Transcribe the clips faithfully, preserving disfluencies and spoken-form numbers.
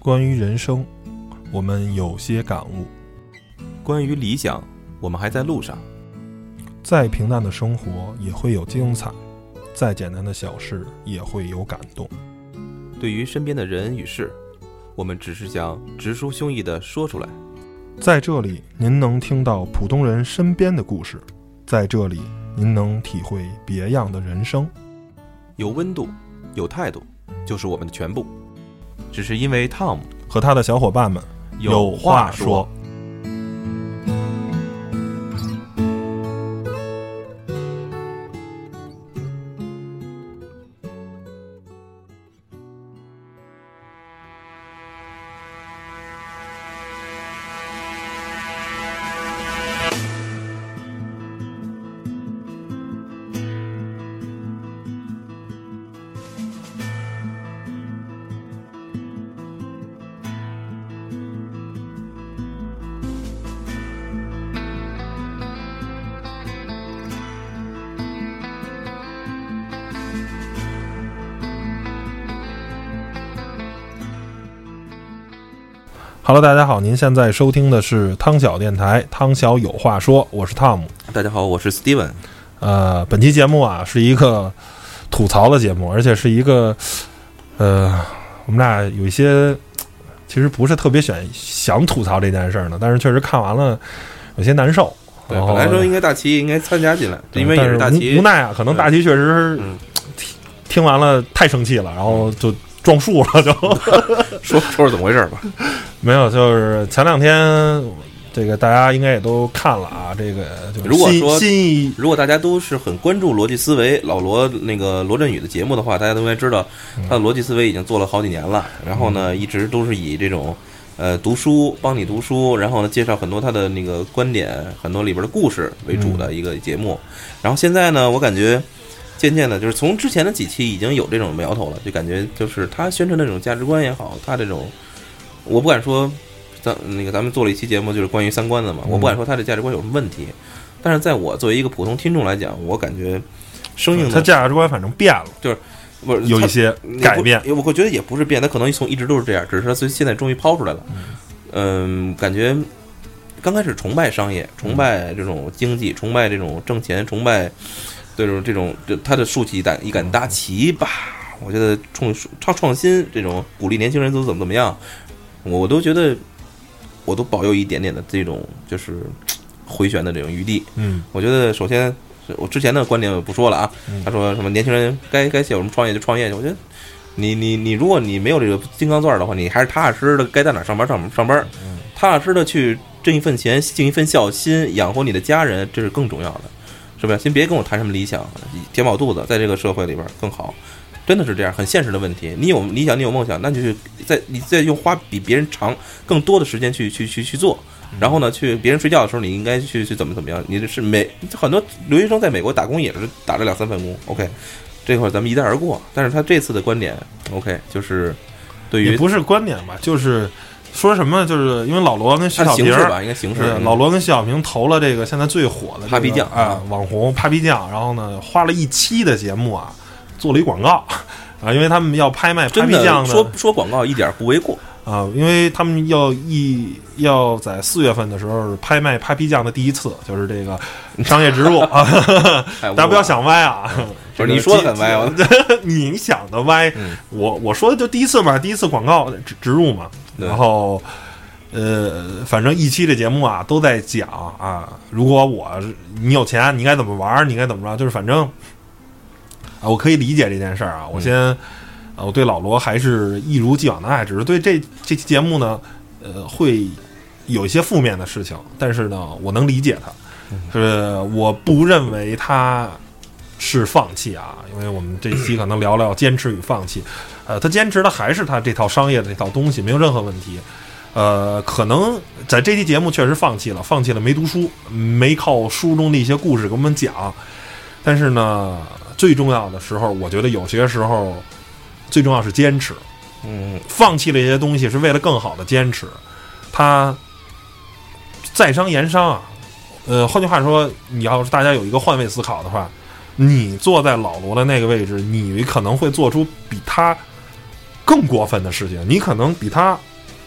关于人生，我们有些感悟； 关于理想，我们还在路上。 再平淡的生活也会有精彩，再简单的小事也会有感动。 对于身边的人与事，我们只是想直抒胸臆地说出来。 在这里，您能听到普通人身边的故事；在这里，您能体会别样的人生。 有温度，有态度，就是我们的全部。只是因为 Tom 和他的小伙伴们有话说。Hello， 大家好，您现在收听的是汤小电台，汤小有话说，我是 Tom。 大家好，我是 Steven。 呃，本期节目啊是一个吐槽的节目，而且是一个呃，我们俩有一些其实不是特别选想吐槽这件事呢，但是确实看完了有些难受。 对，本来说应该大齐应该参加进来，因为也是大齐无, 无奈啊，可能大齐确实嗯听听完了太生气了，然后就撞树了，就说说是怎么回事吧。 没有，就是前两天这个大家应该也都看了啊。这个就是如果说新一， 如果大家都是很关注逻辑思维老罗那个罗振宇的节目的话，大家都应该知道他的逻辑思维已经做了好几年了。然后呢，一直都是以这种呃读书帮你读书，然后呢介绍很多他的那个观点，很多里边的故事为主的一个节目。然后现在呢，我感觉渐渐的，就是从之前的几期已经有这种苗头了，就感觉就是他宣传的这种价值观也好，他这种。我不敢说，咱那个咱们做了一期节目就是关于三观的嘛，我不敢说他的价值观有什么问题，但是在我作为一个普通听众来讲，我感觉生硬的他价值观反正变了， 就是不是有一些改变。 我觉得也不是变，他可能从一直都是这样，只是他现在终于抛出来了。嗯，感觉刚开始崇拜商业，崇拜这种经济，崇拜这种挣钱，崇拜这种这种他的竖起一杆一杆大旗吧。我觉得创创创新这种鼓励年轻人都怎么怎么样。我都觉得，我都保有一点点的这种就是回旋的这种余地。 嗯， 我觉得首先我之前的观点我不说了啊。他说什么年轻人该该有什么创业就创业。我觉得你你你，如果你没有这个金刚钻的话，你还是踏踏实实的该在哪上班上上班，踏踏实实的去挣一份钱，尽一份孝心，养活你的家人，这是更重要的，是不是？先别跟我谈什么理想，填饱肚子，在这个社会里边更好。真的是这样，很现实的问题。你有理想，你有梦想，那就是在你在用花比别人长更多的时间去去去去做。然后呢，去别人睡觉的时候，你应该去去怎么怎么样。你是美很多留学生在美国打工也是打了两三份工。OK， 这块咱们一带而过。但是他这次的观点 ，OK， 就是对于也不是观点吧，就是说什么，就是因为老罗跟徐小平吧，应该形式。 老罗跟徐小平投了这个现在最火的 Papi 酱啊，网红 Papi 酱，然后呢，花了一期的节目啊。做了一广告啊，因为他们要拍卖 Papi 酱的， 说说广告一点不为过啊，因为他们要一要在四月份的时候拍卖 Papi 酱的第一次，就是这个商业植入啊，大家不要想歪啊， 不是你说的很歪啊， 你想的歪， 嗯、 我我说的就第一次嘛，第一次广告植植入嘛，然后呃，反正一期这节目啊都在讲啊，如果我你有钱，你应该怎么玩，你应该怎么着，就是反正。啊，我可以理解这件事儿啊。我先，呃、嗯，我对老罗还是一如既往的爱，只是对这这期节目呢，呃，会有一些负面的事情，但是呢，我能理解他，就是我不认为他是放弃啊，因为我们这期可能聊聊坚持与放弃，呃，他坚持的还是他这套商业的这套东西，没有任何问题。呃，可能在这期节目确实放弃了，放弃了没读书，没靠书中的一些故事给我们讲，但是呢。最重要的时候，我觉得有些时候最重要是坚持。嗯，放弃了一些东西是为了更好的坚持。他在商言商啊，呃，换句话说，你要是大家有一个换位思考的话，你坐在老罗的那个位置，你可能会做出比他更过分的事情，你可能比他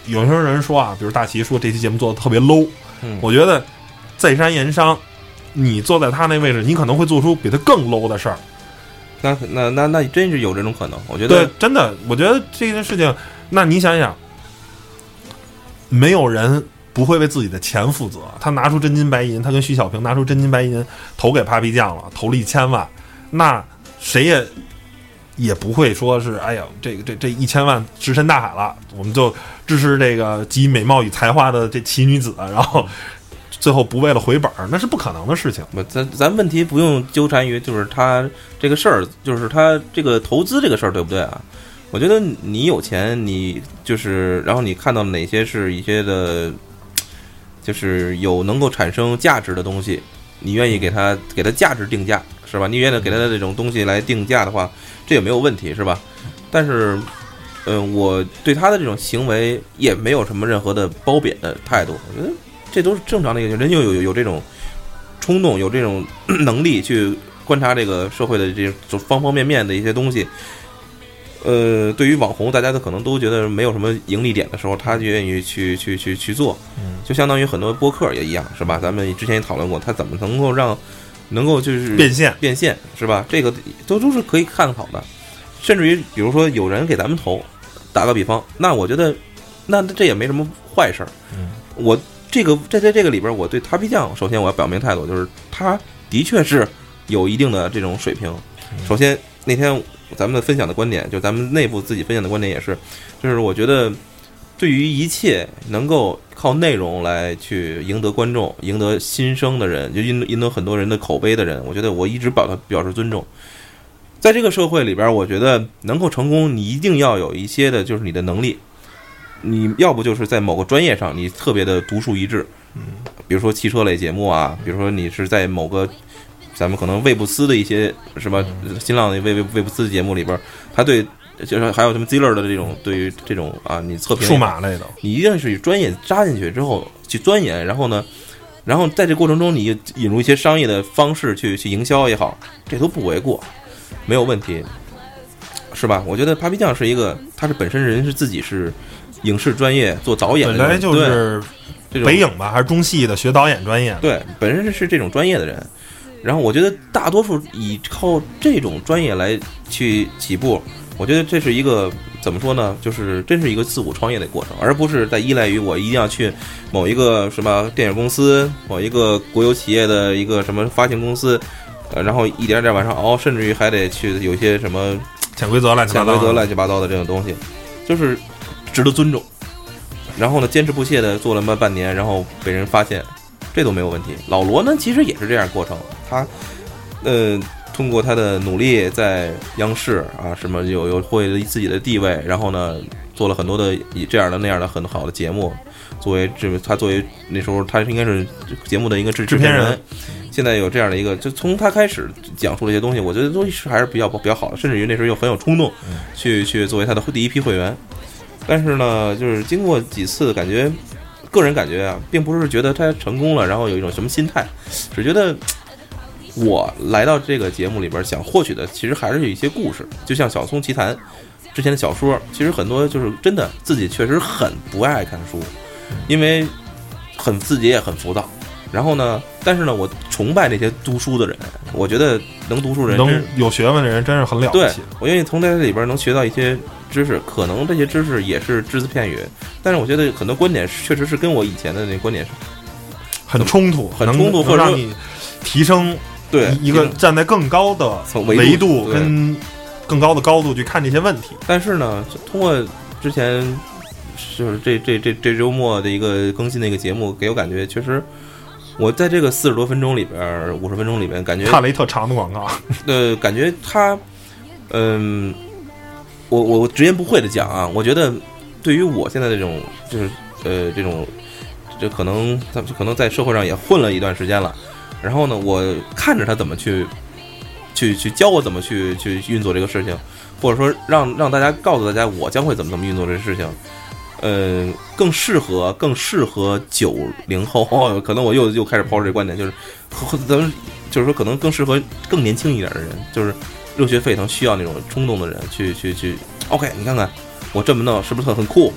有些人说啊，比如大齐说这期节目做的特别 low， 嗯， 我觉得在山言商，你坐在他那位置，你可能会做出比他更 low 的事儿。 那那那那真是有这种可能，我觉得对，真的，我觉得这件事情，那你想想，没有人不会为自己的钱负责。他拿出真金白银，他跟徐小平拿出真金白银投给 Papi 酱了，投了一千万，那谁也也不会说是哎呀，这个这这一千万石沉大海了，我们就支持这个集美貌与才华的这奇女子，然后最后不为了回本，那是不可能的事情。 不，咱咱问题不用纠缠于就是他这个事儿，就是他这个投资这个事儿，对不对啊？我觉得你有钱，你就是然后你看到哪些是一些的，就是有能够产生价值的东西，你愿意给它给它价值定价，是吧？你愿意给它的这种东西来定价的话，这也没有问题，是吧？但是，嗯、呃，我对他的这种行为也没有什么任何的褒贬的态度，我觉得这都是正常的一个人，就有有有这种冲动，有这种能力去观察这个社会的这种方方面面的一些东西。呃，对于网红，大家都可能都觉得没有什么盈利点的时候，他就愿意去去去去做，就相当于很多播客也一样，是吧？咱们之前也讨论过，他怎么能够让能够就是变现变现，是吧？这个都都是可以看好的。甚至于比如说有人给咱们投，打个比方，那我觉得那这也没什么坏事儿。 嗯， 我这个在在这个里边，我对他皮酱首先我要表明态度，就是他的确是有一定的这种水平。首先那天咱们的分享的观点，就咱们内部自己分享的观点也是，就是我觉得对于一切能够靠内容来去赢得观众、赢得新生的人，就赢赢得很多人的口碑的人，我觉得我一直表表示尊重。在这个社会里边，我觉得能够成功，你一定要有一些的，就是你的能力。你要不就是在某个专业上你特别的独树一帜，嗯，比如说汽车类节目啊，比如说你是在某个咱们可能魏布斯的一些什么新浪的魏魏魏布斯的节目里边，他对就是还有什么 Ziller 的这种对于这种啊你测评数码类的， 你一定是以专业扎进去之后去钻研，然后呢，然后在这过程中你引入一些商业的方式去去营销也好，这都不为过，没有问题，是吧？我觉得 Papi 酱是一个，他是本身人是自己是影视专业做导演的， 本来就是北影吧，还是中戏的学导演专业的， 对，本身是这种专业的人。然后我觉得大多数以靠这种专业来去起步，我觉得这是一个怎么说呢，就是真是一个自我创业的过程，而不是在依赖于我一定要去某一个什么电影公司、某一个国有企业的一个什么发行公司，呃，然后一点点往上熬，甚至于还得去有一些什么潜规则、乱七八糟、 潜规则、乱七八糟的这种东西，就是值得尊重。然后呢，坚持不懈的做了半半年，然后被人发现。这都没有问题。老罗呢，其实也是这样过程，他，呃，通过他的努力，在央视啊什么有有获得自己的地位，然后呢，做了很多的以这样的那样的很好的节目。作为这他作为那时候他应该是节目的一个制制片人， 现在有这样的一个，就从他开始讲述这些东西，我觉得都是还是比较比较好的，甚至于那时候又很有冲动，去去作为他的第一批会员。但是呢，就是经过几次感觉。个人感觉啊，并不是觉得他成功了，然后有一种什么心态，只觉得我来到这个节目里边想获取的，其实还是有一些故事，就像小松奇谈之前的小说，其实很多就是真的自己确实很不爱看书，因为很自己也很浮躁。然后呢，但是呢，我崇拜那些读书的人，我觉得能读书人能有学问的人真是很了不起。 对，我愿意从这里边能学到一些知识，可能这些知识也是只字片语，但是我觉得很多观点确实是跟我以前的那观点是很冲突， 很冲突，或者让你提升对一个站在更高的维度跟更高的高度去看这些问题。 但是呢，通过之前就是这这这这周末的一个更新的一个节目，给我感觉确实。我在这个四十多分钟里边，五十分钟里边，感觉看了一特长的广告， 呃，感觉他，嗯，我我直言不讳的讲啊，我觉得对于我现在这种就是呃这种，这可能他可能在社会上也混了一段时间了，然后呢，我看着他怎么去去去教我怎么去去运作这个事情，或者说让让大家告诉大家我将会怎么怎么运作这个事情。呃，更适合更适合九零后、哦，可能我又又开始抛出这个观点，就是咱们就是说，可能更适合更年轻一点的人，就是热血沸腾，需要那种冲动的人去去去。OK， 你看看我这么弄是不是很很酷？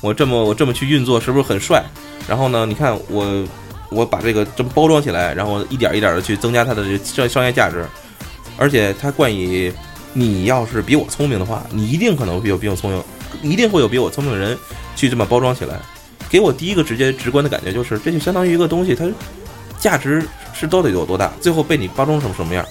我这么我这么去运作是不是很帅？然后呢，你看我我把这个这么包装起来，然后一点一点的去增加它的这个商业价值，而且它冠以你要是比我聪明的话，你一定可能比我比我聪明，一定会有比我聪明的人去这么包装起来。给我第一个直接直观的感觉就是，这就相当于一个东西，它价值是到底有多大，最后被你包装成什么样。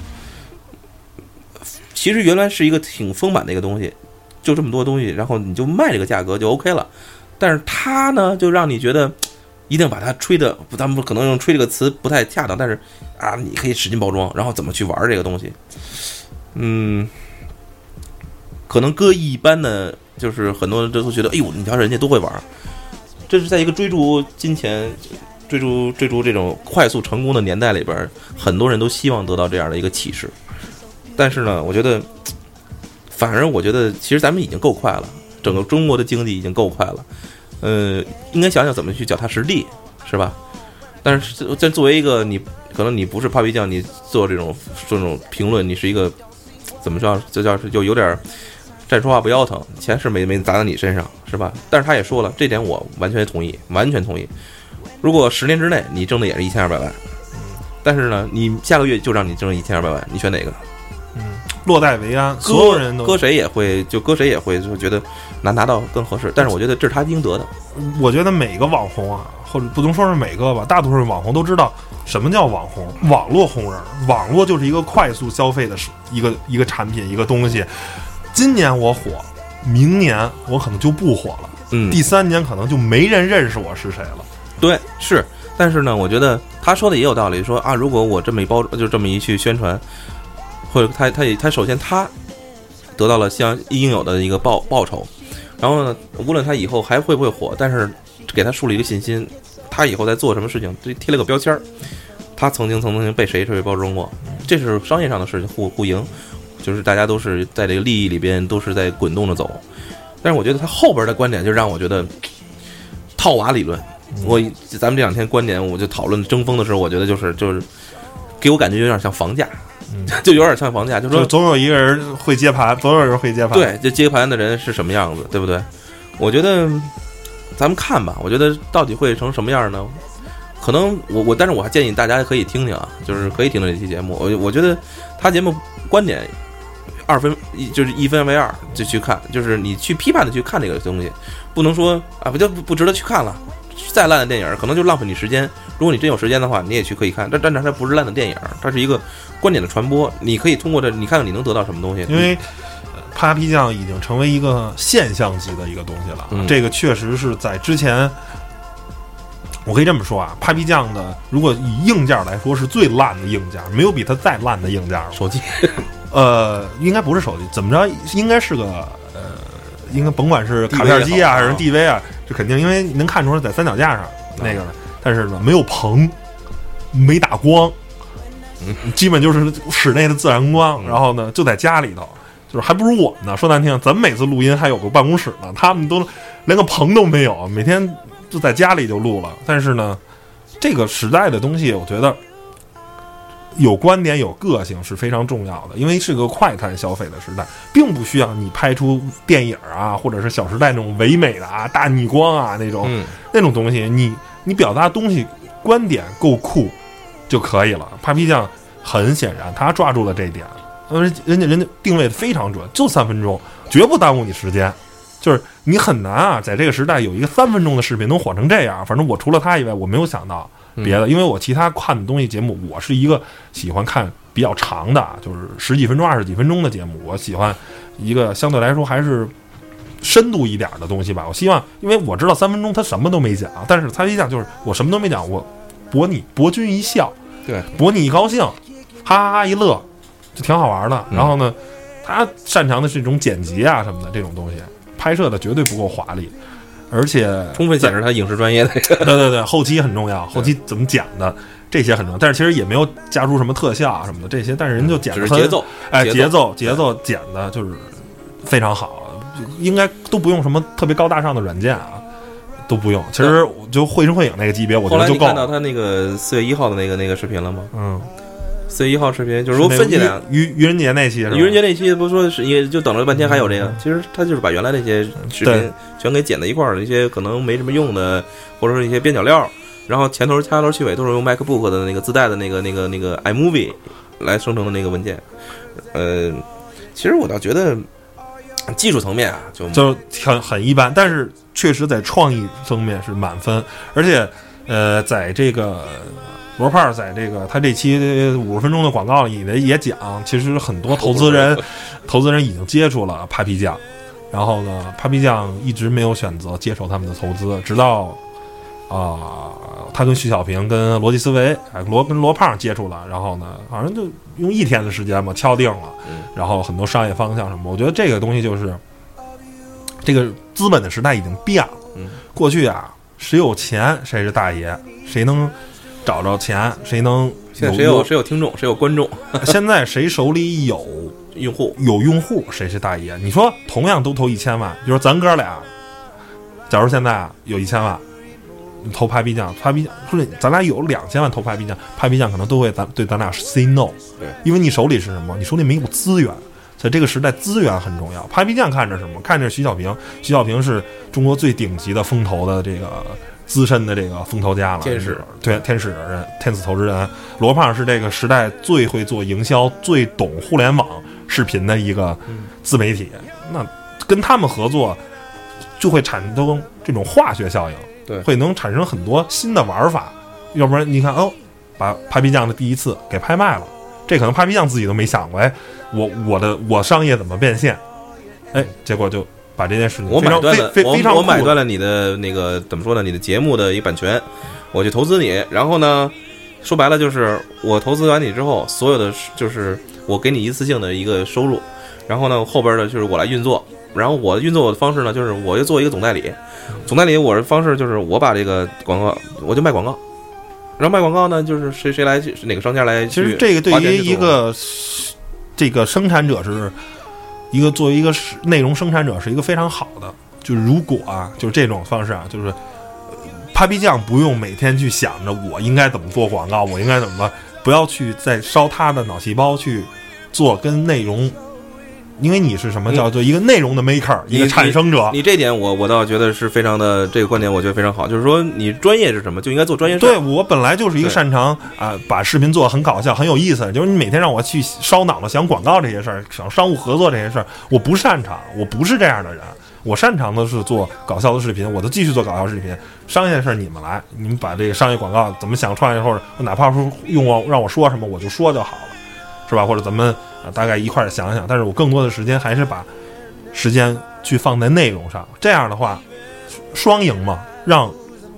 其实原来是一个挺丰满的一个东西，就这么多东西，然后你就卖这个价格就 OK 了。但是它呢，就让你觉得一定把它吹的，咱们可能用吹这个词不太恰当，但是啊，你可以使劲包装，然后怎么去玩这个东西，嗯，可能搁一般的，就是很多人都觉得，哎呦，你瞧人家都会玩，这是在一个追逐金钱、追逐追逐这种快速成功的年代里边，很多人都希望得到这样的一个启示。但是呢，我觉得，反而我觉得，其实咱们已经够快了，整个中国的经济已经够快了，呃，应该想想怎么去脚踏实地，是吧？但是，在作为一个你，可能你不是 Papi 酱，你做这种这种评论，你是一个怎么说？就叫就有点站说话不腰疼，钱是没没砸在你身上，是吧？但是他也说了，这点我完全同意，完全同意。如果十年之内你挣的也是一千二百万，但是呢，你下个月就让你挣一千二百万，你选哪个？ 嗯，落袋为安，所有人都搁谁也会，就搁谁也会就觉得拿拿到更合适。但是我觉得这是他应得的。 我觉得每个网红啊，或者不能说是每个吧，大多数网红都知道什么叫网红，网络红人，网络就是一个快速消费的一个一个产品，一个东西。今年我火，明年我可能就不火了，嗯，第三年可能就没人认识我是谁了。 对，是。但是呢，我觉得他说的也有道理，说啊，如果我这么一包，就这么一去宣传。或者他他也他首先他得到了像应有的一个报报酬，然后呢，无论他以后还会不会火，但是给他树立一个信心，他以后在做什么事情，贴了个标签，他曾经曾经被谁谁包装过，这是商业上的事情，互互赢，就是大家都是在这个利益里边都是在滚动着走。但是我觉得他后边的观点就让我觉得套娃理论，我咱们这两天观点我就讨论争锋的时候，我觉得就是就是给我感觉有点像房价。就有点像房价，就说就总有一个人会接盘，总有人会接盘。 对，就接盘的人是什么样子，对不对？我觉得咱们看吧，我觉得到底会成什么样呢？可能我我，但是我还建议大家可以听听啊，就是可以听听这期节目。我我觉得他节目观点二分就是一分为二就去看，就是你去批判的去看这个东西，不能说啊不就不值得去看了。再烂的电影可能就浪费你时间，如果你真有时间的话你也去可以看，但但它不是烂的电影，它是一个观点的传播，你可以通过这你看看你能得到什么东西。 因为 Papi 酱已经成为一个现象级的一个东西了、嗯、这个确实是在之前我可以这么说啊 Papi 酱的如果以硬件来说是最烂的硬件，没有比它再烂的硬件了。 手机呃应该不是手机，怎么着应该是个呃应该甭管是卡片机啊还是 D V 啊，这肯定因为能看出来在三脚架上那个的、嗯、但是呢没有棚没打光、嗯、基本就是室内的自然光、嗯、然后呢就在家里头，就是还不如我们呢，说难听咱们每次录音还有个办公室呢，他们都连个棚都没有，每天就在家里就录了。但是呢这个时代的东西我觉得有观点有个性是非常重要的，因为是个快餐消费的时代，并不需要你拍出电影啊或者是小时代那种唯美的啊大逆光啊那种、嗯、那种东西，你你表达东西观点够酷就可以了。 Papi 酱很显然他抓住了这一点，而人家人家定位非常准，就三分钟绝不耽误你时间，就是你很难啊在这个时代有一个三分钟的视频能火成这样，反正我除了他以外我没有想到别的，因为我其他看的东西节目我是一个喜欢看比较长的，就是十几分钟二十几分钟的节目，我喜欢一个相对来说还是深度一点的东西吧。我希望因为我知道三分钟他什么都没讲，但是他一讲就是我什么都没讲，我博你博君一笑， 对， 博你一高兴，哈哈哈一乐就挺好玩的。然后呢他擅长的是这种剪辑啊什么的这种东西，拍摄的绝对不够华丽，而且充分显示他影视专业的对对对，后期很重要，后期怎么讲的这些很重要，但是其实也没有加入什么特效啊什么的这些，但是人就剪的节奏， 哎，节奏节奏剪的就是非常好，应该都不用什么特别高大上的软件啊，都不用。其实就绘声绘影那个级别，我觉得就够了。 后来你看到他那个四月一号的那个那个视频了吗？ 嗯， 四月一号视频就是说分析两愚愚人节那期是吧？ 愚人节那期不说是也就等了半天还有这个，其实他就是把原来那些视频全给剪在一块儿，一些可能没什么用的，或者说一些边角料，然后前头掐头去尾都是用 MacBook 的那个自带的那个那个那个 iMovie 来生成的那个文件。呃，其实我倒觉得技术层面啊，就就很很一般，但是确实在创意方面是满分，而且呃，在这个。罗胖在这个他这期五十分钟的广告里也讲，其实很多投资人投资人已经接触了 Papi 酱，然后呢 Papi 酱一直没有选择接受他们的投资，直到啊、呃、他跟徐小平跟逻辑思维哎罗跟罗胖接触了，然后呢好像就用一天的时间嘛敲定了，然后很多商业方向什么，我觉得这个东西就是这个资本的时代已经变了，过去啊谁有钱谁是大爷，谁能找着钱谁能现在谁有谁有听众谁有观众现在谁手里有用户有用户谁是大爷。你说同样都投一千万，比如说咱哥俩假如现在啊有一千万你投 Papi 酱 Papi 酱说咱俩有两千万投 Papi 酱 Papi 酱可能都会咱对咱俩 say no， 对， 因为你手里是什么，你手里没有资源，在这个时代资源很重要。 Papi 酱看着什么，看着徐小平，徐小平是中国最顶级的风投的这个资深的这个风投家了， 天使， 对，天使人，天使投资人。罗胖是这个时代最会做营销、最懂互联网视频的一个自媒体。嗯、那跟他们合作，就会产生这种化学效应， 对， 会能产生很多新的玩法。要不然你看，哦，把 Papi 酱的第一次给拍卖了，这可能 Papi 酱自己都没想过，哎，我我的我商业怎么变现？哎，结果就。把这件事情我买断了， 非非常我买断了你的那个怎么说呢？你的节目的一个版权，我去投资你，然后呢，说白了就是我投资完你之后，所有的就是我给你一次性的一个收入，然后呢后边的就是我来运作，然后我运作的方式呢就是我就做一个总代理，总代理我的方式就是我把这个广告我就卖广告，然后卖广告呢就是谁谁来哪个商家来， 其实这个对于一个这个生产者是。一个作为一个内容生产者是一个非常好的，就是如果啊，就是这种方式啊，就是 Papi 酱不用每天去想着我应该怎么做广告，我应该怎么，不要去再烧他的脑细胞去做跟内容，因为你是什么叫做一个内容的 maker，、嗯、一个产生者。 你, 你, 你这点我我倒觉得是非常的，这个观点我觉得非常好，就是说你专业是什么就应该做专业事。 对，我本来就是一个擅长啊、呃，把视频做得很搞笑很有意思，就是你每天让我去烧脑子想广告这些事儿，想商务合作这些事儿，我不擅长，我不是这样的人，我擅长的是做搞笑的视频，我就继续做搞笑视频。商业的事儿你们来，你们把这个商业广告怎么想创业，或者哪怕说用我让我说什么我就说就好了，是吧？或者咱们啊大概一块儿想想，但是我更多的时间还是把时间去放在内容上，这样的话双赢嘛，让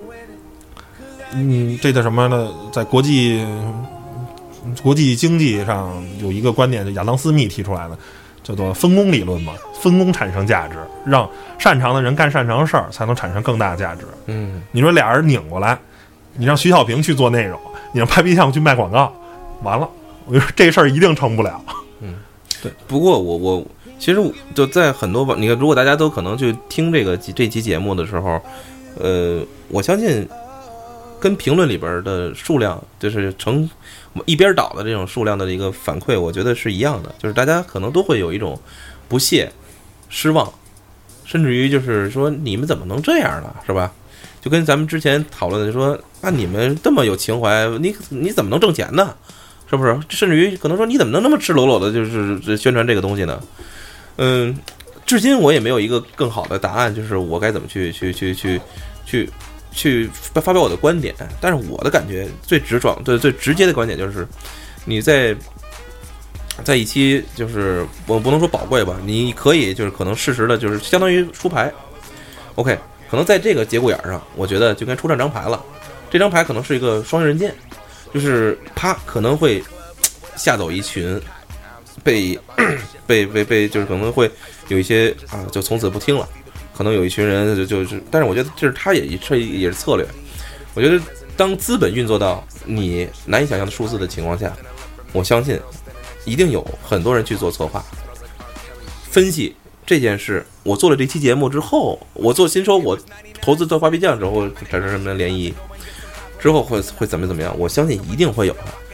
嗯这叫什么呢？在国际国际经济上有一个观点，就亚当斯密提出来的，叫做分工理论嘛，分工产生价值，让擅长的人干擅长的事儿，才能产生更大的价值。 嗯， 你说俩人拧过来，你让徐小平去做内容，你让Papi酱去卖广告，完了，我就说这事儿一定成不了。 嗯，对。不过我我其实就在很多你看，如果大家都可能去听这个这期节目的时候，呃，我相信跟评论里边的数量就是成一边倒的这种数量的一个反馈，我觉得是一样的，就是大家可能都会有一种不屑、失望，甚至于就是说你们怎么能这样呢，是吧？就跟咱们之前讨论的说啊，你们这么有情怀，你你怎么能挣钱呢？是不是？甚至于可能说你怎么能那么赤裸裸的，就是宣传这个东西呢？嗯，至今我也没有一个更好的答案，就是我该怎么去去去去去去发表我的观点。但是我的感觉最直爽、最最直接的观点就是，你在在一期就是我不能说宝贵吧，你可以就是可能适时的，就是相当于出牌。OK， 可能在这个节骨眼上，我觉得就该出这张牌了。这张牌可能是一个双刃剑。就是啪可能会吓走一群被被被被就是可能会有一些啊就从此不听了，可能有一群人就就是但是我觉得这是他也这也是策略。我觉得当资本运作到你难以想象的数字的情况下，我相信一定有很多人去做策划分析这件事。我做了这期节目之后，我做新收，我投资做Papi酱之后产生什么涟漪之后会会怎么怎么样？我相信一定会有的。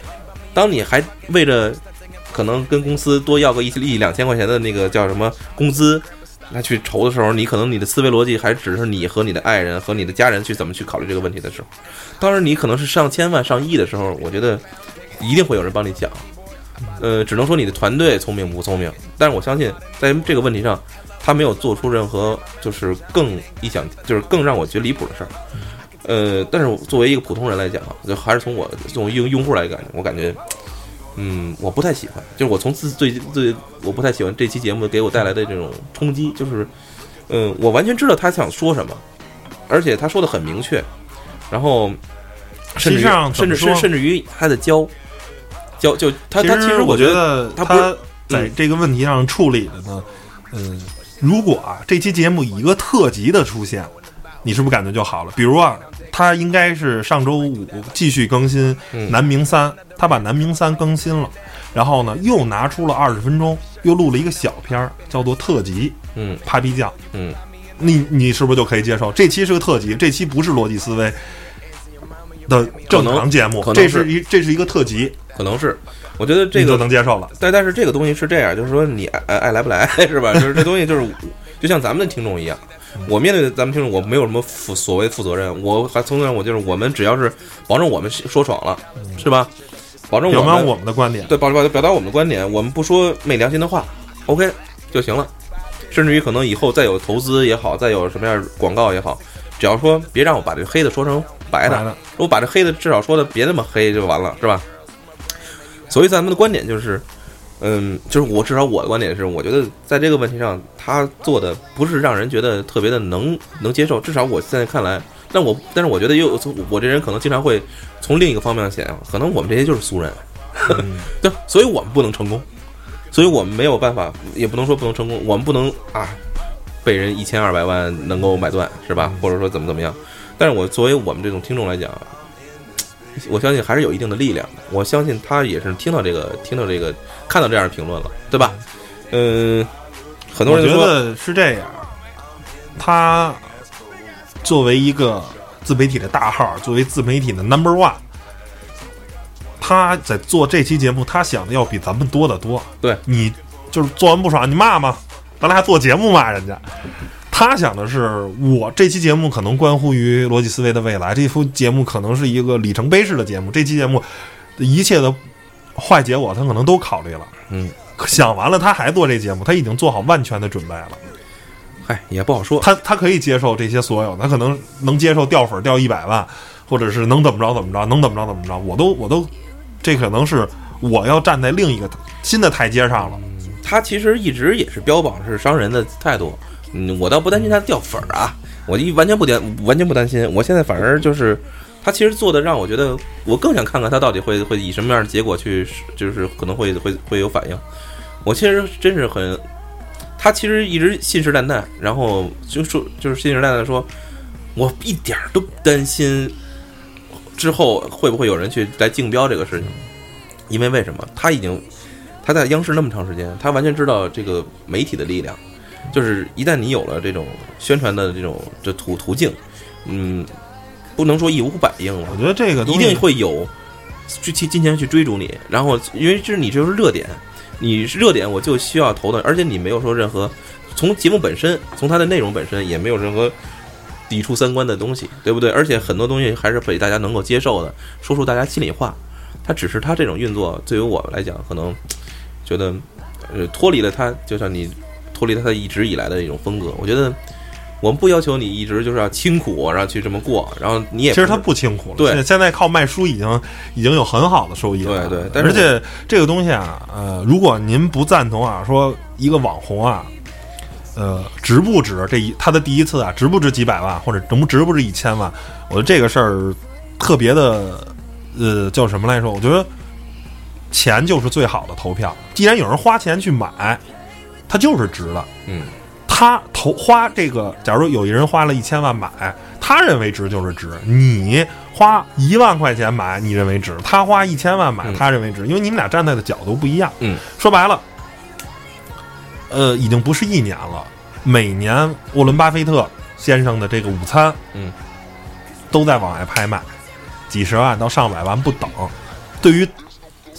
当你还为着可能跟公司多要个一一两千块钱的那个叫什么工资来去愁的时候，你可能你的思维逻辑还只是你和你的爱人和你的家人去怎么去考虑这个问题的时候，当然你可能是上千万上亿的时候，我觉得一定会有人帮你讲。呃，只能说你的团队聪明不聪明，但是我相信在这个问题上，他没有做出任何就是更意想就是更让我觉得离谱的事儿。呃，但是作为一个普通人来讲，就还是从我从用用户来感觉，我感觉，嗯，我不太喜欢，就是我从自最最我不太喜欢这期节目给我带来的这种冲击，就是，嗯、呃，我完全知道他想说什么，而且他说的很明确，然后甚至甚至甚甚至于他的教教就他他其实我觉得他他在这个问题上处理的呢，嗯、呃，如果啊这期节目以一个特辑的出现，你是不是感觉就好了？比如啊。他应该是上周五继续更新《南冥三》，他把《南冥三》更新了，然后呢又拿出了二十分钟，又录了一个小片叫做特辑， 嗯， 扒皮酱， 嗯， 你你是不是就可以接受？这期是个特辑，这期不是逻辑思维的正常节目，这是一这是一个特辑， 可能是，我觉得这个就能接受了。 但但是这个东西是这样，就是说你爱爱来不来是吧？就是这东西就是就像咱们的听众一样。我面对咱们听众，我没有什么负所谓负责任，我还从来我就是我们只要是保证我们说爽了，是吧？保证我们表达我们的观点， 对，表表表达我们的观点，我们不说昧良心的话 ，OK 就行了。甚至于可能以后再有投资也好，再有什么样广告也好，只要说别让我把这黑的说成白的， 的我把这黑的至少说的别那么黑就完了，是吧？所以咱们的观点就是。嗯，就是我至少我的观点是，我觉得在这个问题上，他做的不是让人觉得特别的能能接受。至少我现在看来，但我但是我觉得又我这人可能经常会从另一个方面想，可能我们这些就是俗人，嗯、对，所以我们不能成功，所以我们没有办法，也不能说不能成功，我们不能啊被人一千二百万能够买断，是吧？或者说怎么怎么样？但是我作为我们这种听众来讲。我相信还是有一定的力量的。我相信他也是听到这个、听到这个、看到这样的评论了，对吧？嗯，很多人说我觉得是这样。他作为一个自媒体的大号，作为自媒体的 number one， 他在做这期节目，他想的要比咱们多得多。 对， 你就是做完不爽，你骂骂，咱俩还做节目骂人家。他想的是，我这期节目可能关乎于逻辑思维的未来，这期节目可能是一个里程碑式的节目，这期节目一切的坏结果他可能都考虑了。 嗯， 想完了他还做这节目，他已经做好万全的准备了。 嗨，也不好说， 他他可以接受这些所有，他可能能接受掉粉掉一百万，或者是能怎么着怎么着，能怎么着怎么着，我都我都，这可能是我要站在另一个新的台阶上了。 嗯、他其实一直也是标榜是商人的态度。嗯，我倒不担心他掉粉儿啊，我一完全不担完全不担心。我现在反而就是，他其实做的让我觉得，我更想看看他到底会会以什么样的结果去，就是可能会会会有反应。我其实真是很，他其实一直信誓旦旦，然后就说就是信誓旦旦说，我一点都不担心之后会不会有人去来竞标这个事情，因为为什么？他已经他在央视那么长时间，他完全知道这个媒体的力量。就是一旦你有了这种宣传的这种这途途径，嗯，不能说义无反应了。 我觉得这个一定会有去去金钱去追逐你，然后因为这是你这就是热点，你是热点我就需要投的，而且你没有说任何从节目本身，从它的内容本身也没有任何抵触三观的东西，对不对？而且很多东西还是被大家能够接受的，说出大家心里话。它只是它这种运作，对于我来讲，可能觉得呃脱离了它，就像你。脱离了他一直以来的一种风格，我觉得我们不要求你一直就是要清苦，然后去这么过，然后你也其实他不清苦了， 对， 现在靠卖书已经已经有很好的收益了， 对对，但是而且这个东西啊，呃，如果您不赞同啊，说一个网红啊，呃，值不值这一他的第一次啊，值不值几百万，或者值不值不值一千万？我觉得这个事儿特别的，呃，叫什么来说？我觉得钱就是最好的投票，既然有人花钱去买。他就是值的， 嗯， 他投花这个，假如有一人花了一千万买，他认为值就是值。你花一万块钱买，你认为值；他花一千万买，他认为值，因为你们俩站在的角度不一样。 嗯， 说白了，呃，已经不是一年了，每年沃伦巴菲特先生的这个午餐， 嗯， 都在往外拍卖，几十万到上百万不等。对于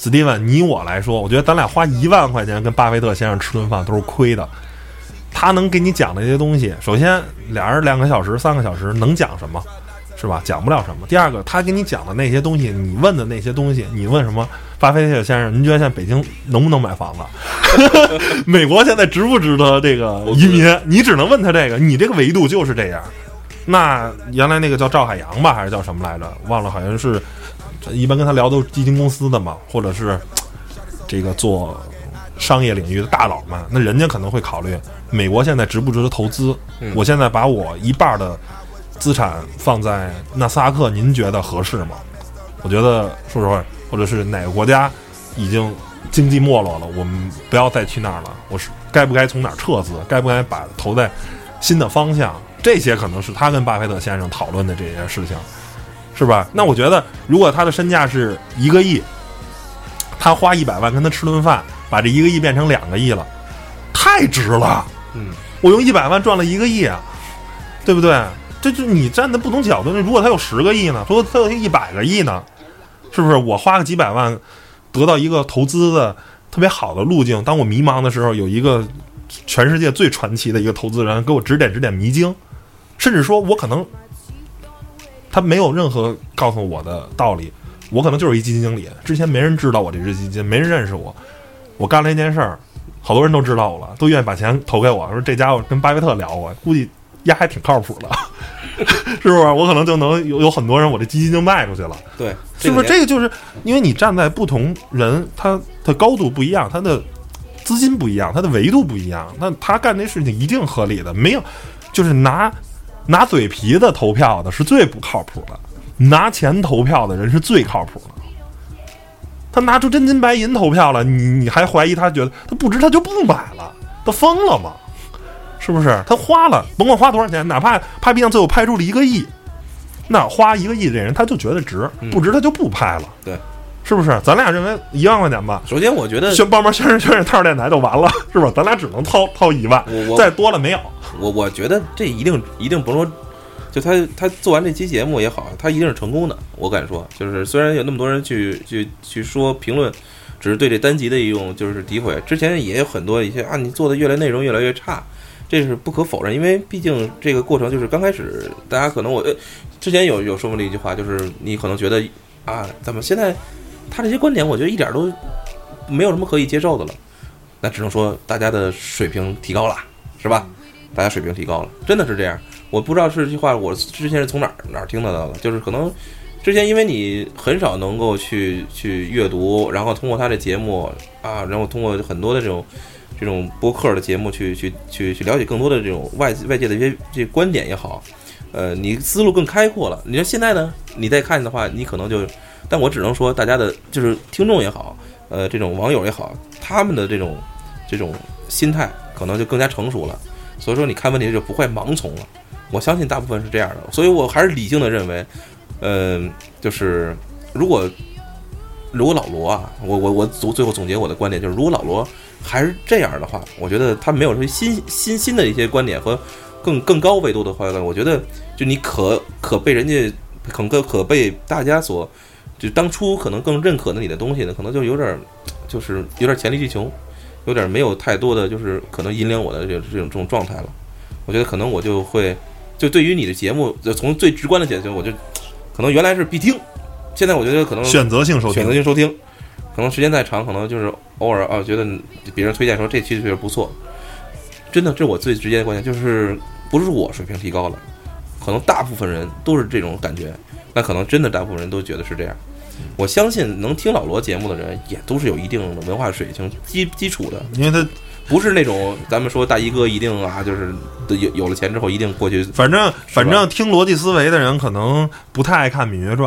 史蒂文，你我来说，我觉得咱俩花一万块钱跟巴菲特先生吃顿饭都是亏的。他能给你讲的这些东西，首先俩人两个小时、三个小时能讲什么，是吧？讲不了什么。第二个，他给你讲的那些东西，你问的那些东西，你问什么？巴菲特先生，您觉得现在北京能不能买房子？美国现在值不值得这个移民？你只能问他这个，你这个维度就是这样。那原来那个叫赵海洋吧，还是叫什么来着？忘了，好像是一般跟他聊都是基金公司的嘛，或者是这个做商业领域的大佬们，那人家可能会考虑美国现在值不值得投资。 嗯、 我现在把我一半的资产放在纳斯达克，您觉得合适吗？我觉得说实话，或者是哪个国家已经经济没落了，我们不要再去那儿了。我是该不该从哪儿撤资？该不该把投在新的方向？这些可能是他跟巴菲特先生讨论的这些事情，是吧？那我觉得，如果他的身价是一个亿，他花一百万跟他吃顿饭，把这一个亿变成两个亿了，太值了。 嗯， 我用一百万赚了一个亿啊，对不对？这就你站在不同角度，如果他有十个亿呢？如果他有一百个亿呢？是不是？我花个几百万得到一个投资的特别好的路径，当我迷茫的时候，有一个全世界最传奇的一个投资人给我指点指点迷津，甚至说我可能他没有任何告诉我的道理，我可能就是一基金经理，之前没人知道我这只基金，没人认识我，我干了一件事儿，好多人都知道我了，都愿意把钱投给我，说这家伙跟巴菲特聊过，估计丫还挺靠谱的，是不是？我可能就能有有很多人，我这基金就卖出去了。 对， 是不是？这个就是因为你站在不同人，他的高度不一样，他的资金不一样，他的维度不一样，那他干这事情一定合理的。没有，就是拿拿嘴皮子投票的是最不靠谱的，拿钱投票的人是最靠谱的。他拿出真金白银投票了，你你还怀疑他觉得他不值，他就不买了，他疯了吗？是不是？他花了，甭管花多少钱，哪怕拍皮匠最后拍出了一个亿，那花一个亿这人他就觉得值，不值他就不拍了。 对， 是不是？咱俩认为一万块钱吧。 首先，我觉得宣帮忙宣传宣传套电台就完了，是吧？咱俩只能掏掏一万，再多了没有。 我我觉得这一定一定不是说，就他他做完这期节目也好，他一定是成功的。我敢说，就是虽然有那么多人去去去说评论，只是对这单集的一种就是诋毁。之前也有很多一些啊，你做的越来内容越来越差。这是不可否认，因为毕竟这个过程就是刚开始，大家可能我呃之前有有说过了一句话，就是你可能觉得啊，怎么现在他这些观点，我觉得一点都没有什么可以接受的了。那只能说大家的水平提高了，是吧？大家水平提高了，真的是这样。我不知道是这句话，我之前是从哪儿哪儿听得到的，就是可能之前因为你很少能够去去阅读，然后通过他的节目啊，然后通过很多的这种。这种播客的节目去去去去了解更多的这种外外界的一些这观点也好，呃，你思路更开阔了。你说现在呢，你再看的话，你可能就，但我只能说，大家的就是听众也好，呃，这种网友也好，他们的这种这种心态可能就更加成熟了。所以说，你看问题就不会盲从了。我相信大部分是这样的，所以我还是理性的认为，嗯、呃，就是如果如果老罗啊，我我我最后总结我的观点就是，如果老罗还是这样的话，我觉得他没有什么新新新的一些观点和更更高维度的话，我觉得就你可可被人家可可可被大家所就当初可能更认可的你的东西呢，可能就有点就是有点黔驴技穷，有点没有太多的就是可能引领我的这这种这种状态了。我觉得可能我就会就对于你的节目，就从最直观的解决，我就可能原来是必听，现在我觉得可能选择性收听， 选择性收听。可能时间再长，可能就是偶尔啊，觉得别人推荐说这期确实不错，真的，这是我最直接的观点，就是不是我水平提高了，可能大部分人都是这种感觉，那可能真的大部分人都觉得是这样。我相信能听老罗节目的人，也都是有一定的文化水平基基础的， 因为他不是那种咱们说大衣哥一定啊，就是有有了钱之后一定过去， 反正反正听逻辑思维的人可能不太爱看《芈月传》。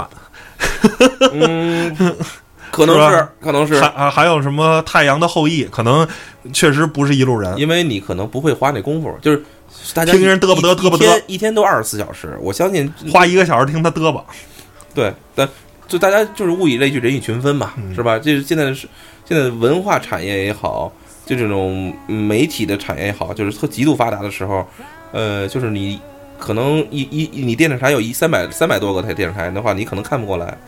嗯。可能是，可能是， 还还有什么《太阳的后裔》，可能确实不是一路人， 因为你可能不会花那功夫，就是大家听人嘚啵嘚嘚啵嘚， 一天都二十四小时，我相信花一个小时听他嘚啵， 对，但就大家就是物以类聚，人以群分嘛， 嗯、 是吧？这现在是现在文化产业也好，就这种媒体的产业也好，就是特极度发达的时候，呃，就是你可能一一你电视台有一三百三百多个台电视台的话，你可能看不过来。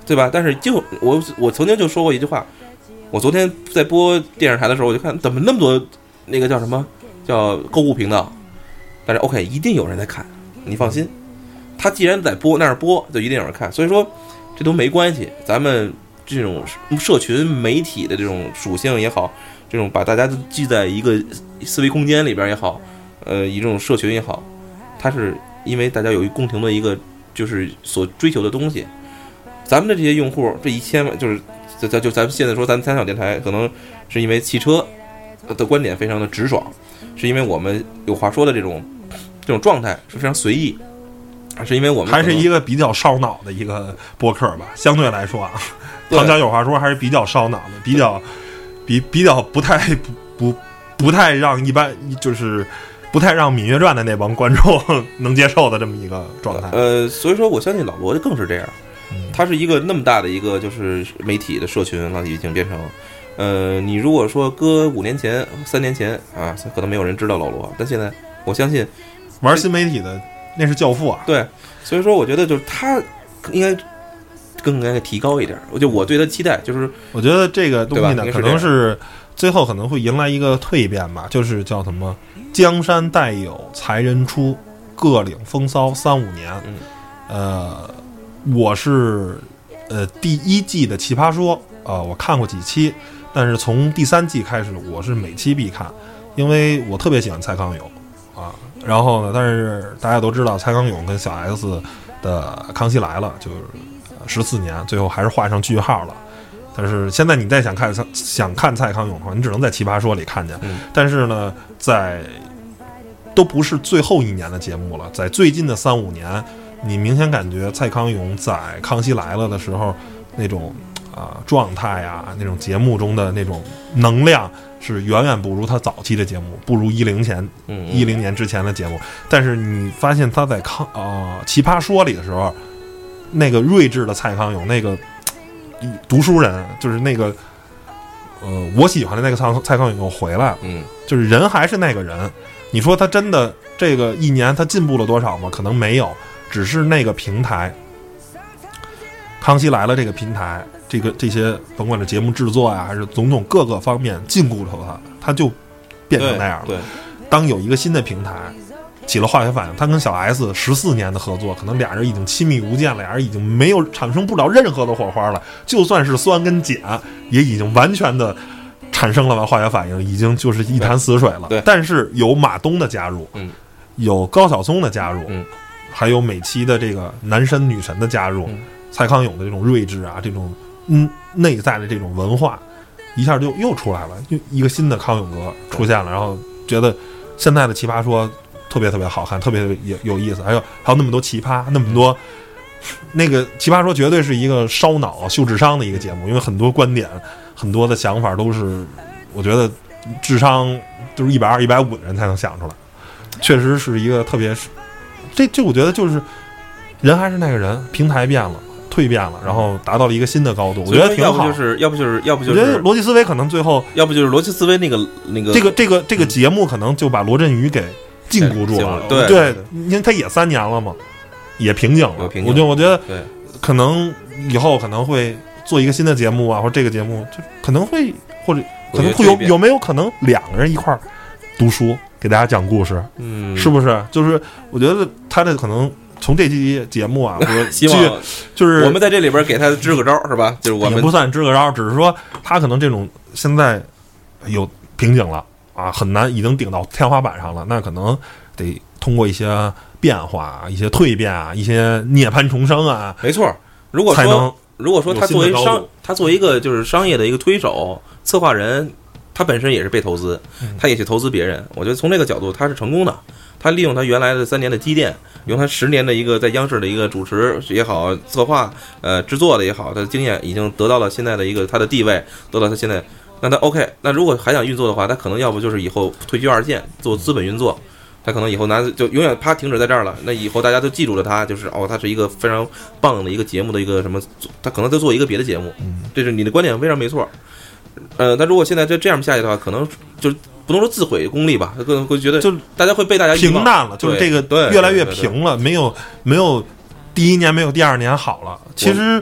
对吧？但是就我我曾经就说过一句话，我昨天在播电视台的时候，我就看怎么那么多那个叫什么叫购物频道，但是 OK 一定有人在看，你放心，他既然在播那儿播，就一定有人看，所以说这都没关系。咱们这种社群媒体的这种属性也好，这种把大家都聚在一个思维空间里边也好，呃，一种社群也好，它是因为大家有一共同的一个就是所追求的东西。咱们的这些用户，这一千万就是咱就咱们现在说咱三小电台，可能是因为汽车的观点非常的直爽，是因为我们有话说的这种这种状态是非常随意，是因为我们还是一个比较烧脑的一个播客吧，相对来说啊，唐强有话说还是比较烧脑的，比较比比较不太不不不太让一般就是不太让《芈月传》的那帮观众能接受的这么一个状态。 呃，所以说我相信老罗更是这样，它是一个那么大的一个就是媒体的社群了，已经变成。呃，你如果说搁五年前、三年前啊，可能没有人知道老罗，但现在我相信玩新媒体的那是教父啊。 对，所以说我觉得就是他应该更应该提高一点。我就我对他期待就是， 我觉得这个东西呢，可能是最后可能会迎来一个蜕变吧，就是叫什么“江山代有才人出，各领风骚三五年”。 嗯， 呃，我是呃第一季的《奇葩说》啊、呃，我看过几期。但是从第三季开始，我是每期必看，因为我特别喜欢蔡康永啊。然后呢，但是大家都知道，蔡康永跟小 S 的《康熙来了》就是十四年，最后还是画上句号了。但是现在你再想看想看蔡康永的话，你只能在《奇葩说》里看见。 嗯、 但是呢，在都不是最后一年的节目了，在最近的三五年，你明显感觉蔡康永在《康熙来了》的时候那种。啊，状态啊，那种节目中的那种能量是远远不如他早期的节目，不如一零前一零年之前的节目。但是你发现他在康啊、呃、奇葩说里的时候，那个睿智的蔡康永，那个读书人，就是那个呃我喜欢的那个蔡蔡康永又回来了。 嗯， 就是人还是那个人。你说他真的这个一年他进步了多少吗？可能没有，只是那个平台，康熙来了这个平台。这个这些甭管是节目制作呀、啊，还是种种各个方面禁锢着他，他就变成那样了。 对， 当有一个新的平台起了化学反应，他跟小 S 十四年的合作，可能俩人已经亲密无间了，俩人已经没有产生不了任何的火花了。就算是酸跟碱，也已经完全的产生了化学反应，已经就是一潭死水了。 对， 但是有马东的加入， 嗯， 有高晓松的加入， 嗯， 还有每期的这个男神女神的加入， 嗯、 蔡康永的这种睿智啊，这种。嗯，内在的这种文化一下就又出来了，就一个新的康永哥出现了，然后觉得现在的奇葩说特别特别好看，特别有有意思，还有还有那么多奇葩，那么多那个奇葩说绝对是一个烧脑秀智商的一个节目，因为很多观点很多的想法都是我觉得智商就是一百二一百五的人才能想出来，确实是一个特别这这我觉得就是人还是那个人，平台变了蜕变了，然后达到了一个新的高度，我觉得挺好。 要不就是要不就是要不就是， 我觉得逻辑思维可能最后， 要不就是逻辑思维那个那个这个这个这个节目可能就把罗振宇给禁锢住了。 对对，因为他也三年了嘛，也瓶颈了。 瓶颈我觉得我觉得对， 可能以后可能会做一个新的节目啊，或者这个节目就可能会或者可能会有有没有可能两个人一块儿读书给大家讲故事？ 嗯， 是不是？就是我觉得他的可能。从这期节目啊，我希望就是我们在这里边给他支个招，是吧？就是我们也不算支个招，只是说他可能这种现在有瓶颈了啊，很难，已经顶到天花板上了。那可能得通过一些变化、一些蜕变啊、一些涅槃重生啊， 没错。如果说如果说他作为商，他作为一个就是商业的一个推手、策划人，他本身也是被投资，他也去投资别人。我觉得从这个角度他是成功的。他利用他原来的三年的积淀，用他十年的一个在央视的一个主持也好，策划呃制作的也好，他的经验已经得到了现在的一个他的地位，得到他现在。那他 OK， 那如果还想运作的话，他可能要不就是以后退居二线做资本运作，他可能以后拿就永远啪停止在这儿了。那以后大家都记住了他，就是哦，他是一个非常棒的一个节目的一个什么，他可能在做一个别的节目。这是你的观点非常没错。呃，那如果现在就这样下去的话，可能就是。不能说自毁功力吧，他可能会觉得， 就大家会被大家平淡了，就是这个越来越平了，没有没有第一年没有第二年好了。其实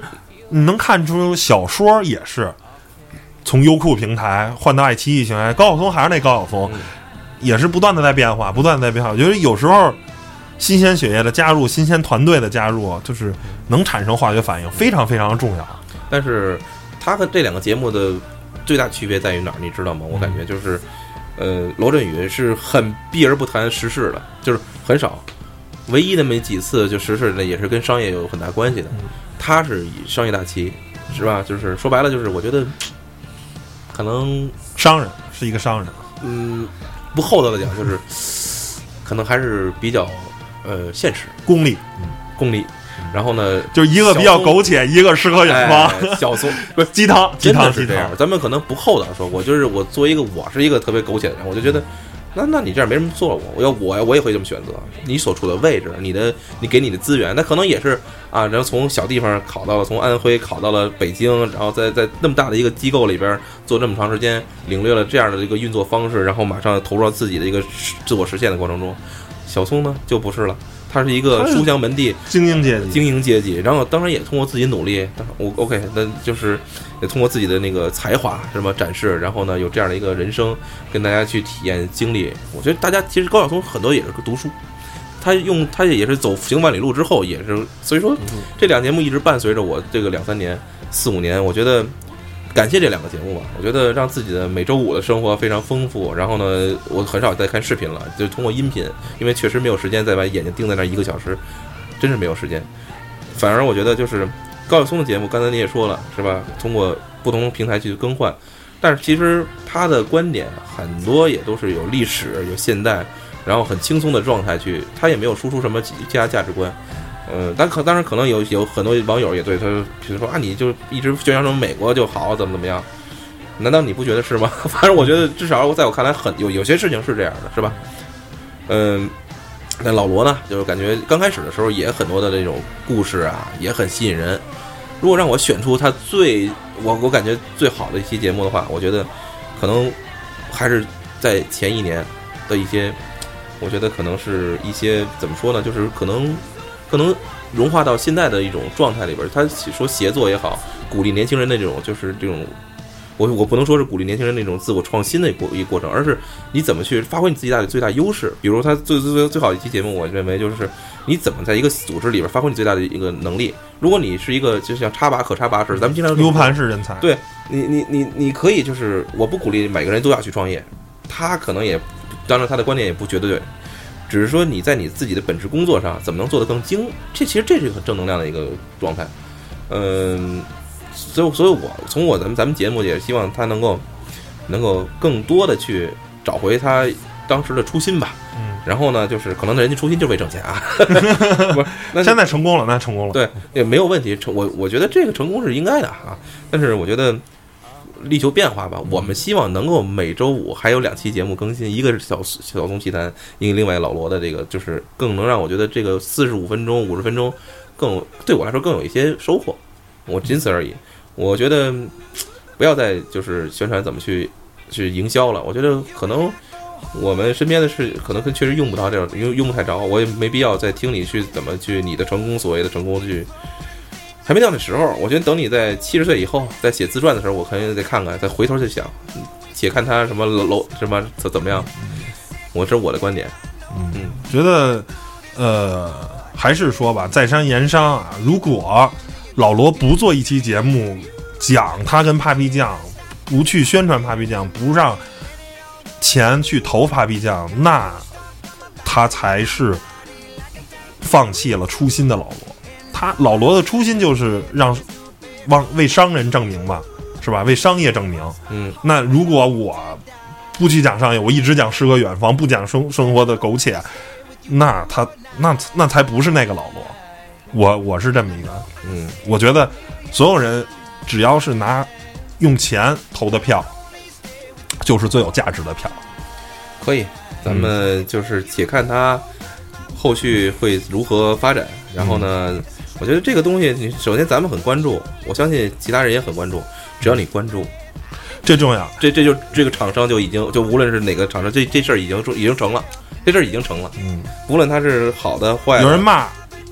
你能看出小说也是从优酷平台换到爱奇艺平台，高晓松还是那高晓松，嗯、也是不断的在变化，不断的在变化。我觉得有时候新鲜血液的加入，新鲜团队的加入，就是能产生化学反应，非常非常的重要。 但是它和这两个节目的最大区别在于哪儿？你知道吗？我感觉就是，呃，罗振宇是很避而不谈时事的，就是很少，唯一那么几次就时事呢，也是跟商业有很大关系的。他是以商业大旗，是吧？就是说白了，就是我觉得可能商人是一个商人， 嗯，不厚道的讲，就是可能还是比较呃现实、 功利， 嗯，功利。然后呢， 就一个比较苟且，一个诗和远方。 哎、小松不是鸡汤，鸡汤是这样。咱们可能不厚道说，我就是我作为一个我是一个特别苟且的人，我就觉得，那那你这样没人做我，我要我我也会这么选择。你所处的位置，你的你给你的资源，那可能也是啊，然后从小地方考到了，从安徽考到了北京，然后在在那么大的一个机构里边做这么长时间，领略了这样的一个运作方式，然后马上投入到自己的一个自我实现的过程中。小松呢就不是了。他是一个书香门第精英阶级， 精英阶级，然后当然也通过自己努力，我 OK， 那就是也通过自己的那个才华什么展示，然后呢有这样的一个人生跟大家去体验经历。我觉得大家其实高晓松很多也是读书，他用他也是走行万里路之后也是，所以说这两节目一直伴随着我这个两三年、四五年，我觉得。感谢这两个节目吧，我觉得让自己的每周五的生活非常丰富。然后呢，我很少再看视频了，就通过音频，因为确实没有时间再把眼睛盯在那一个小时，真是没有时间。反而我觉得就是高晓松的节目，刚才你也说了是吧？通过不同平台去更换，但是其实他的观点很多也都是有历史、有现代，然后很轻松的状态去，他也没有输出什么其他价值观。呃，但可当然可能有有很多网友也对他，比如说啊，你就一直宣扬什么美国就好，怎么怎么样？难道你不觉得是吗？反正我觉得至少在我看来很有有些事情是这样的，是吧？嗯，那老罗呢，就是感觉刚开始的时候也很多的这种故事啊，也很吸引人。如果让我选出他最我我感觉最好的一期节目的话，我觉得可能还是在前一年的一些，我觉得可能是一些怎么说呢，就是可能。可能融化到现在的一种状态里边，他说协作也好，鼓励年轻人的这种，就是这种，我我不能说是鼓励年轻人那种自我创新的一个一个过程，而是你怎么去发挥你自己的最大优势。比如他最最最最好的一期节目，我认为就是你怎么在一个组织里边发挥你最大的一个能力。如果你是一个就像插拔可插拔似的，咱们经常 U 盘式人才， 对你你你你可以就是我不鼓励每个人都要去创业，他可能也当然他的观点也不绝对。只是说你在你自己的本职工作上怎么能做得更精，这其实这是一个很正能量的一个状态。嗯，所以所以我从我咱们咱们节目也希望他能够能够更多的去找回他当时的初心吧。嗯，然后呢，就是可能人家初心就为挣钱啊，不是，那现在成功了，那成功了， 对，也没有问题。成我我觉得这个成功是应该的啊，但是我觉得。力求变化吧，我们希望能够每周五还有两期节目更新，一个是小小松奇谈，一个另外老罗的这个，就是更能让我觉得这个四十五分钟、五十分钟更对我来说更有一些收获，我仅此而已。我觉得不要再就是宣传怎么去去营销了，我觉得可能我们身边的事可能确实用不到这种用用不太着，我也没必要再听你去怎么去你的成功所谓的成功去。还没到那时候，我觉得等你在七十岁以后，在写自传的时候，我可能再看看，再回头去想，且看他什么楼什么怎怎么样。我这是我的观点。 嗯，觉得呃，还是说吧，在商言商啊。如果老罗不做一期节目讲他跟 Papi 酱，不去宣传 Papi 酱，不让钱去投 Papi 酱，那他才是放弃了初心的老罗。他老罗的初心就是让往为商人证明嘛，是吧？为商业证明。 嗯， 那如果我不去讲商业，我一直讲诗和远方，不讲生生活的苟且，那他那那才不是那个老罗。我我是这么一个， 嗯， 我觉得所有人只要是拿用钱投的票，就是最有价值的票。 可以，咱们就是且看他后续会如何发展。然后呢？嗯，我觉得这个东西，首先咱们很关注，我相信其他人也很关注。只要你关注， 这重要。 这这就这个厂商就已经就无论是哪个厂商，这这事儿已经已经成了，这事儿已经成了。 嗯， 无论他是好的坏的， 有人骂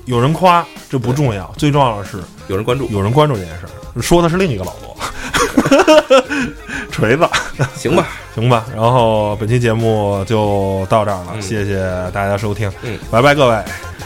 有人夸，这不重要，最重要的是有人关注， 有人关注这件事儿。说的是另一个老罗，锤子， 行吧， 行吧。然后本期节目就到这儿了， 嗯、 谢谢大家收听， 嗯， 拜拜，各位。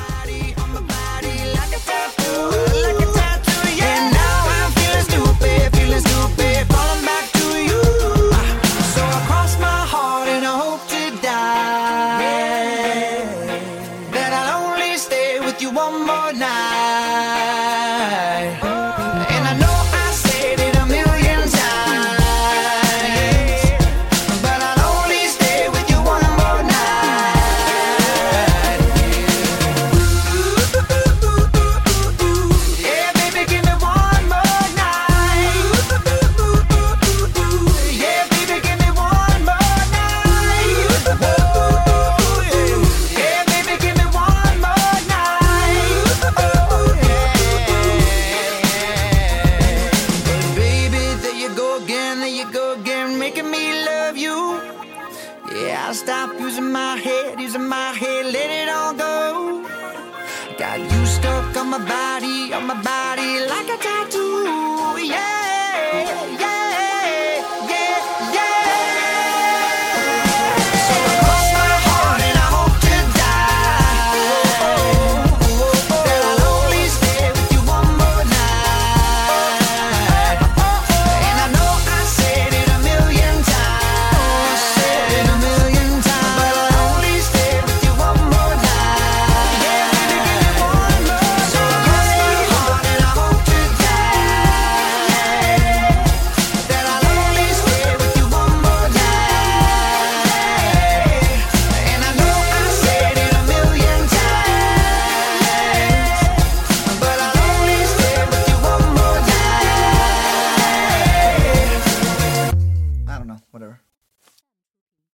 Stop using my head, using my head, let it all go. Got you stuck on my body, on my body like a tattoo, yeah.